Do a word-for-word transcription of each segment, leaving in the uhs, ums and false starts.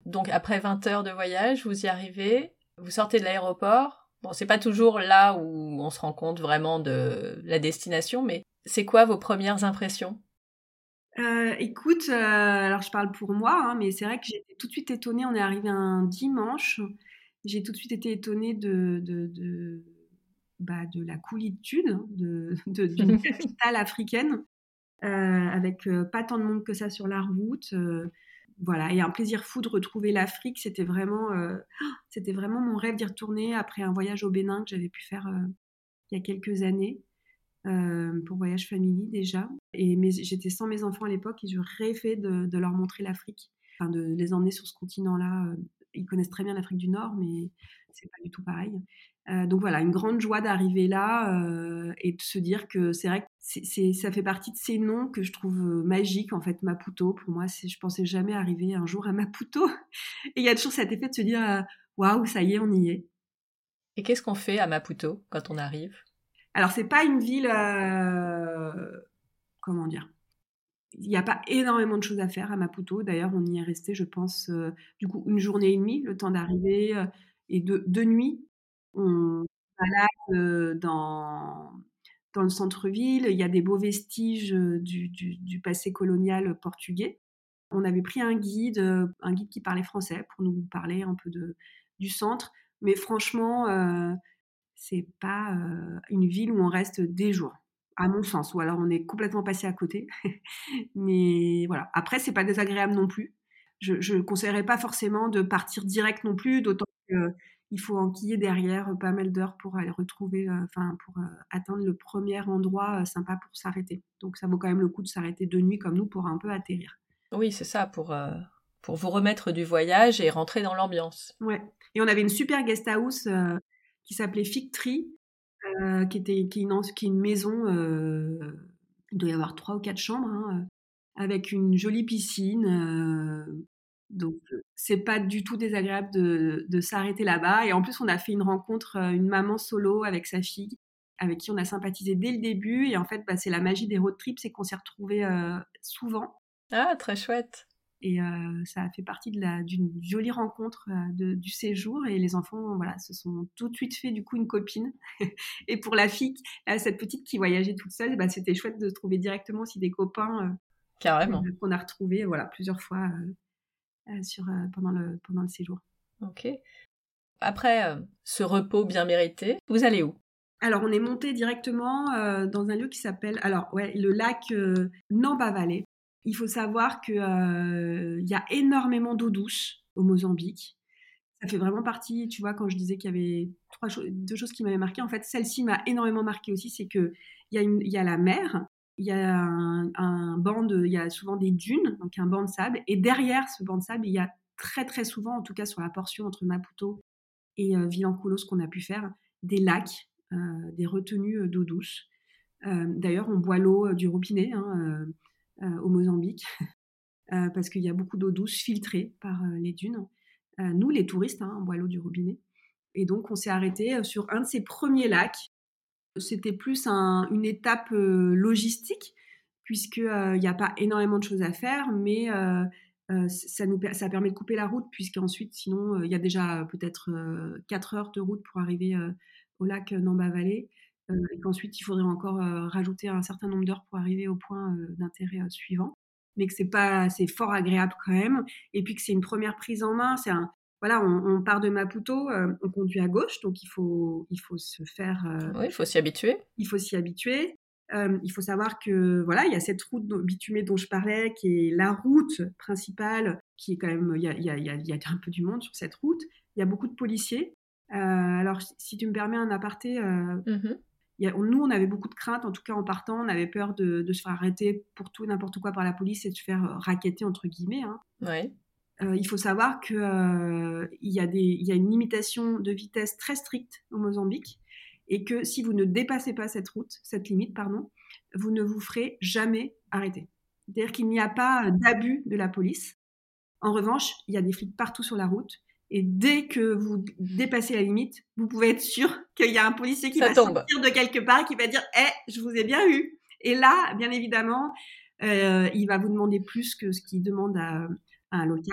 Donc après vingt heures de voyage, vous y arrivez, vous sortez de l'aéroport. Bon, c'est pas toujours là où on se rend compte vraiment de la destination, mais c'est quoi vos premières impressions? Euh, écoute, euh, alors je parle pour moi, hein, mais c'est vrai que j'étais tout de suite étonnée. On est arrivé un dimanche. J'ai tout de suite été étonnée de, de, de, bah, de la coolitude hein, de, de- d'une capitale africaine, euh, avec euh, pas tant de monde que ça sur la route. Euh, voilà, et un plaisir fou de retrouver l'Afrique. C'était vraiment, euh, c'était vraiment mon rêve d'y retourner après un voyage au Bénin que j'avais pu faire euh, il y a quelques années euh, pour voyage family déjà. Et mes- j'étais sans mes enfants à l'époque et je rêvais de, de leur montrer l'Afrique, enfin de les emmener sur ce continent-là. Euh, Ils connaissent très bien l'Afrique du Nord, mais c'est pas du tout pareil. Euh, donc voilà, une grande joie d'arriver là euh, et de se dire que c'est vrai que c'est, c'est- ça fait partie de ces noms que je trouve euh, magiques. En fait, Maputo, pour moi, c'est, je pensais jamais arriver un jour à Maputo. Et il y a toujours cet effet de se dire, euh, waouh, ça y est, on y est. Et qu'est-ce qu'on fait à Maputo quand on arrive? Alors c'est pas une ville, euh, comment dire, il n'y a pas énormément de choses à faire à Maputo. D'ailleurs, on y est resté, je pense, euh, du coup, une journée et demie, le temps d'arriver, euh, et deux, deux nuits. On se balade euh, dans, dans le centre-ville. Il y a des beaux vestiges euh, du, du, du passé colonial portugais. On avait pris un guide, euh, un guide qui parlait français pour nous parler un peu de, du centre. Mais franchement, euh, c'est pas euh, une ville où on reste des jours, à mon sens. Ou alors on est complètement passé à côté. Mais voilà. Après, c'est pas désagréable non plus. Je, je conseillerais pas forcément de partir direct non plus, d'autant qu'il faut enquiller derrière pas mal d'heures pour aller retrouver, euh, enfin, pour euh, atteindre le premier endroit euh, sympa pour s'arrêter. Donc, ça vaut quand même le coup de s'arrêter deux nuits comme nous pour un peu atterrir. Oui, c'est ça, pour, euh, pour vous remettre du voyage et rentrer dans l'ambiance. Ouais. Et on avait une super guest house euh, qui s'appelait Fig Tree, euh, qui était qui est une, qui est une maison. Euh, il doit y avoir trois ou quatre chambres, hein, euh, avec une jolie piscine. Euh, donc, euh, c'est pas du tout désagréable de, de s'arrêter là-bas. Et en plus, on a fait une rencontre, euh, une maman solo avec sa fille, avec qui on a sympathisé dès le début. Et en fait, bah, c'est la magie des road trips, c'est qu'on s'est retrouvés euh, souvent. Ah, très chouette. Et euh, ça a fait partie de la, d'une jolie rencontre euh, de, du séjour. Et les enfants, voilà, se sont tout de suite fait du coup une copine. Et pour la fille, là, cette petite qui voyageait toute seule, bah, c'était chouette de trouver directement aussi des copains euh, Carrément. qu'on a retrouvés, voilà, plusieurs fois euh, euh, sur, euh, pendant, le, pendant le séjour. Ok. Après euh, ce repos bien mérité, vous allez où? Alors, on est monté directement euh, dans un lieu qui s'appelle, alors ouais, le lac euh, Namba Valley. Il faut savoir que euh, il y a énormément d'eau douce au Mozambique. Ça fait vraiment partie, tu vois, quand je disais qu'il y avait trois cho- deux choses qui m'avaient marqué, en fait, celle-ci m'a énormément marqué aussi, c'est que il y a une, il y a la mer, il y a un, un banc de, il y a souvent des dunes, donc un banc de sable, et derrière ce banc de sable, il y a très très souvent, en tout cas sur la portion entre Maputo et euh, Vilanculos qu'on a pu faire, des lacs, euh, des retenues euh, d'eau douce. Euh, d'ailleurs, on boit l'eau euh, du robinet hein, euh, euh, au Mozambique euh, parce qu'il y a beaucoup d'eau douce filtrée par euh, les dunes. Euh, nous, les touristes, hein, on boit l'eau du robinet. Et donc, on s'est arrêté euh, sur un de ces premiers lacs. C'était plus un, une étape euh, logistique, puisqu'il n'y a pas énormément de choses à faire, mais euh, euh, ça, nous, ça permet de couper la route, puisqu'ensuite, sinon, il euh, y a déjà euh, peut-être euh, quatre heures de route pour arriver euh, au lac Namba Valley, euh, et qu'ensuite, il faudrait encore euh, rajouter un certain nombre d'heures pour arriver au point euh, d'intérêt euh, suivant. Mais que c'est pas, c'est fort agréable quand même, et puis que c'est une première prise en main, c'est un, voilà, on, on part de Maputo, euh, on conduit à gauche, donc il faut, il faut se faire, euh, Oui, il faut s'y habituer. il faut s'y habituer. Euh, il faut savoir que voilà, il y a cette route bitumée dont je parlais, qui est la route principale, qui est quand même, il y a, il y a, il y a, il y a un peu du monde sur cette route. Il y a beaucoup de policiers. Euh, alors, si tu me permets un aparté, euh, Mhm. il y a, nous, on avait beaucoup de craintes, en tout cas en partant, on avait peur de, de se faire arrêter pour tout et n'importe quoi par la police et de se faire racketter entre guillemets. Hein. Oui. Euh, il faut savoir qu'il euh, y, a des, il y a une limitation de vitesse très stricte au Mozambique et que si vous ne dépassez pas cette route, cette limite, pardon, vous ne vous ferez jamais arrêter. C'est-à-dire qu'il n'y a pas d'abus de la police. En revanche, il y a des flics partout sur la route et dès que vous dépassez la limite, vous pouvez être sûr qu'il y a un policier qui Ça va tombe. sortir de quelque part et qui va dire Eh, je vous ai bien eu !» Et là, bien évidemment, euh, il va vous demander plus que ce qu'il demande à, à un local.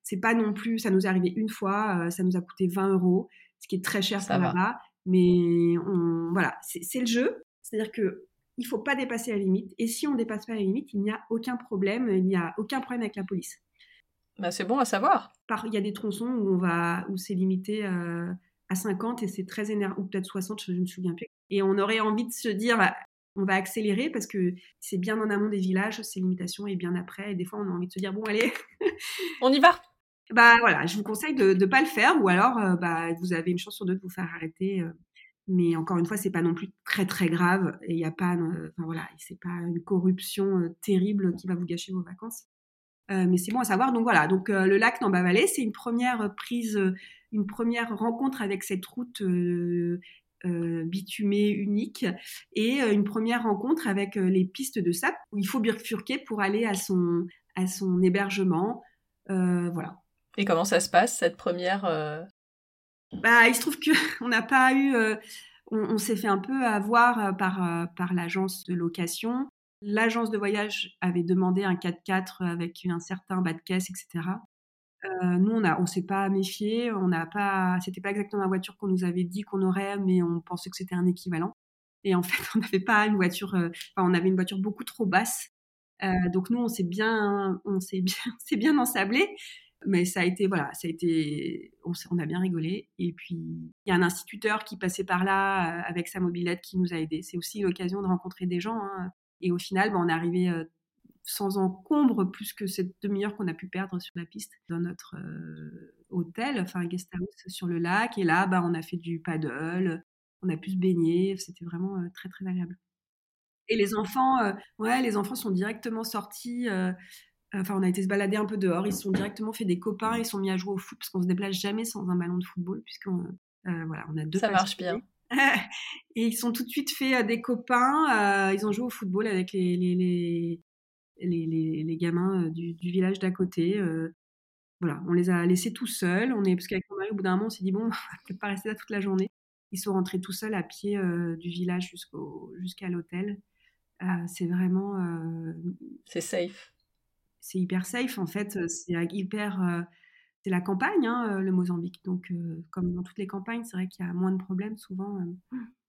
C'est pas non plus, ça nous est arrivé une fois, euh, ça nous a coûté vingt euros, ce qui est très cher Ça pour va. là-bas. Mais on, voilà, c'est, c'est le jeu. C'est-à-dire que il faut pas dépasser la limite. Et si on dépasse pas la limite, il n'y a aucun problème. Il n'y a aucun problème avec la police. Bah, c'est bon à savoir. Par, il y a des tronçons où on va, où c'est limité euh, à cinquante et c'est très énervant, ou peut-être soixante, je ne me souviens plus. Et on aurait envie de se dire, bah, on va accélérer parce que c'est bien en amont des villages, ces limitations, et bien après. Et des fois, on a envie de se dire, bon, allez, On y va. bah voilà, je vous conseille de ne pas le faire, ou alors, euh, bah, vous avez une chance sur deux de vous faire arrêter. euh, mais encore une fois, c'est pas non plus très très grave, et il y a pas, euh, enfin voilà, c'est pas une corruption euh, terrible qui va vous gâcher vos vacances. Euh, mais c'est bon à savoir. Donc voilà, donc euh, le lac Namba-Valley, c'est une première prise, euh, une première rencontre avec cette route euh, euh, bitumée unique, et euh, une première rencontre avec euh, les pistes de sable où il faut bifurquer pour aller à son, à son hébergement. Euh, voilà. Et comment ça se passe, cette première... euh, Bah, il se trouve qu'on n'a pas eu, euh, on, on s'est fait un peu avoir euh, par, euh, par l'agence de location. L'agence de voyage avait demandé un quatre-quatre avec un certain bas de caisse, et cetera. Euh, nous, on a, on s'est pas méfié, on n'a pas, c'était pas exactement la voiture qu'on nous avait dit qu'on aurait, mais on pensait que c'était un équivalent. Et en fait, on n'avait pas une voiture, euh, enfin, on avait une voiture beaucoup trop basse. Euh, donc nous, on s'est bien, on s'est bien, on s'est bien ensablé. Mais ça a été, voilà, ça a été, on, s'est- on a bien rigolé. Et puis, il y a un instituteur qui passait par là euh, avec sa mobilette qui nous a aidés. C'est aussi l'occasion de rencontrer des gens, hein. Et au final, ben, on est arrivé euh, sans encombre, plus que cette demi-heure qu'on a pu perdre sur la piste dans notre euh, hôtel, enfin guest house sur le lac. Et là, bah, on a fait du paddle, on a pu se baigner. C'était vraiment euh, très très agréable. Et les enfants, euh, ouais, les enfants sont directement sortis. euh, Enfin, on a été se balader un peu dehors. Ils se sont directement fait des copains. Ils sont mis à jouer au foot parce qu'on se déplace jamais sans un ballon de football, puisqu'on euh, voilà, on a deux Ça marche bien. passionnés. Et ils sont tout de suite fait euh, des copains. Euh, ils ont joué au football avec les, les, les, les, les, les gamins euh, du, du village d'à côté. Euh, voilà, on les a laissés tout seuls. On est, parce qu'avec mon mari, au bout d'un moment, on s'est dit, bon, on va peut-être pas rester là toute la journée. Ils sont rentrés tout seuls à pied euh, du village jusqu'au, jusqu'à l'hôtel. Euh, c'est vraiment, euh, C'est safe. c'est hyper safe en fait. C'est hyper, euh, c'est la campagne, hein, euh, le Mozambique. Donc, euh, comme dans toutes les campagnes, c'est vrai qu'il y a moins de problèmes souvent. euh.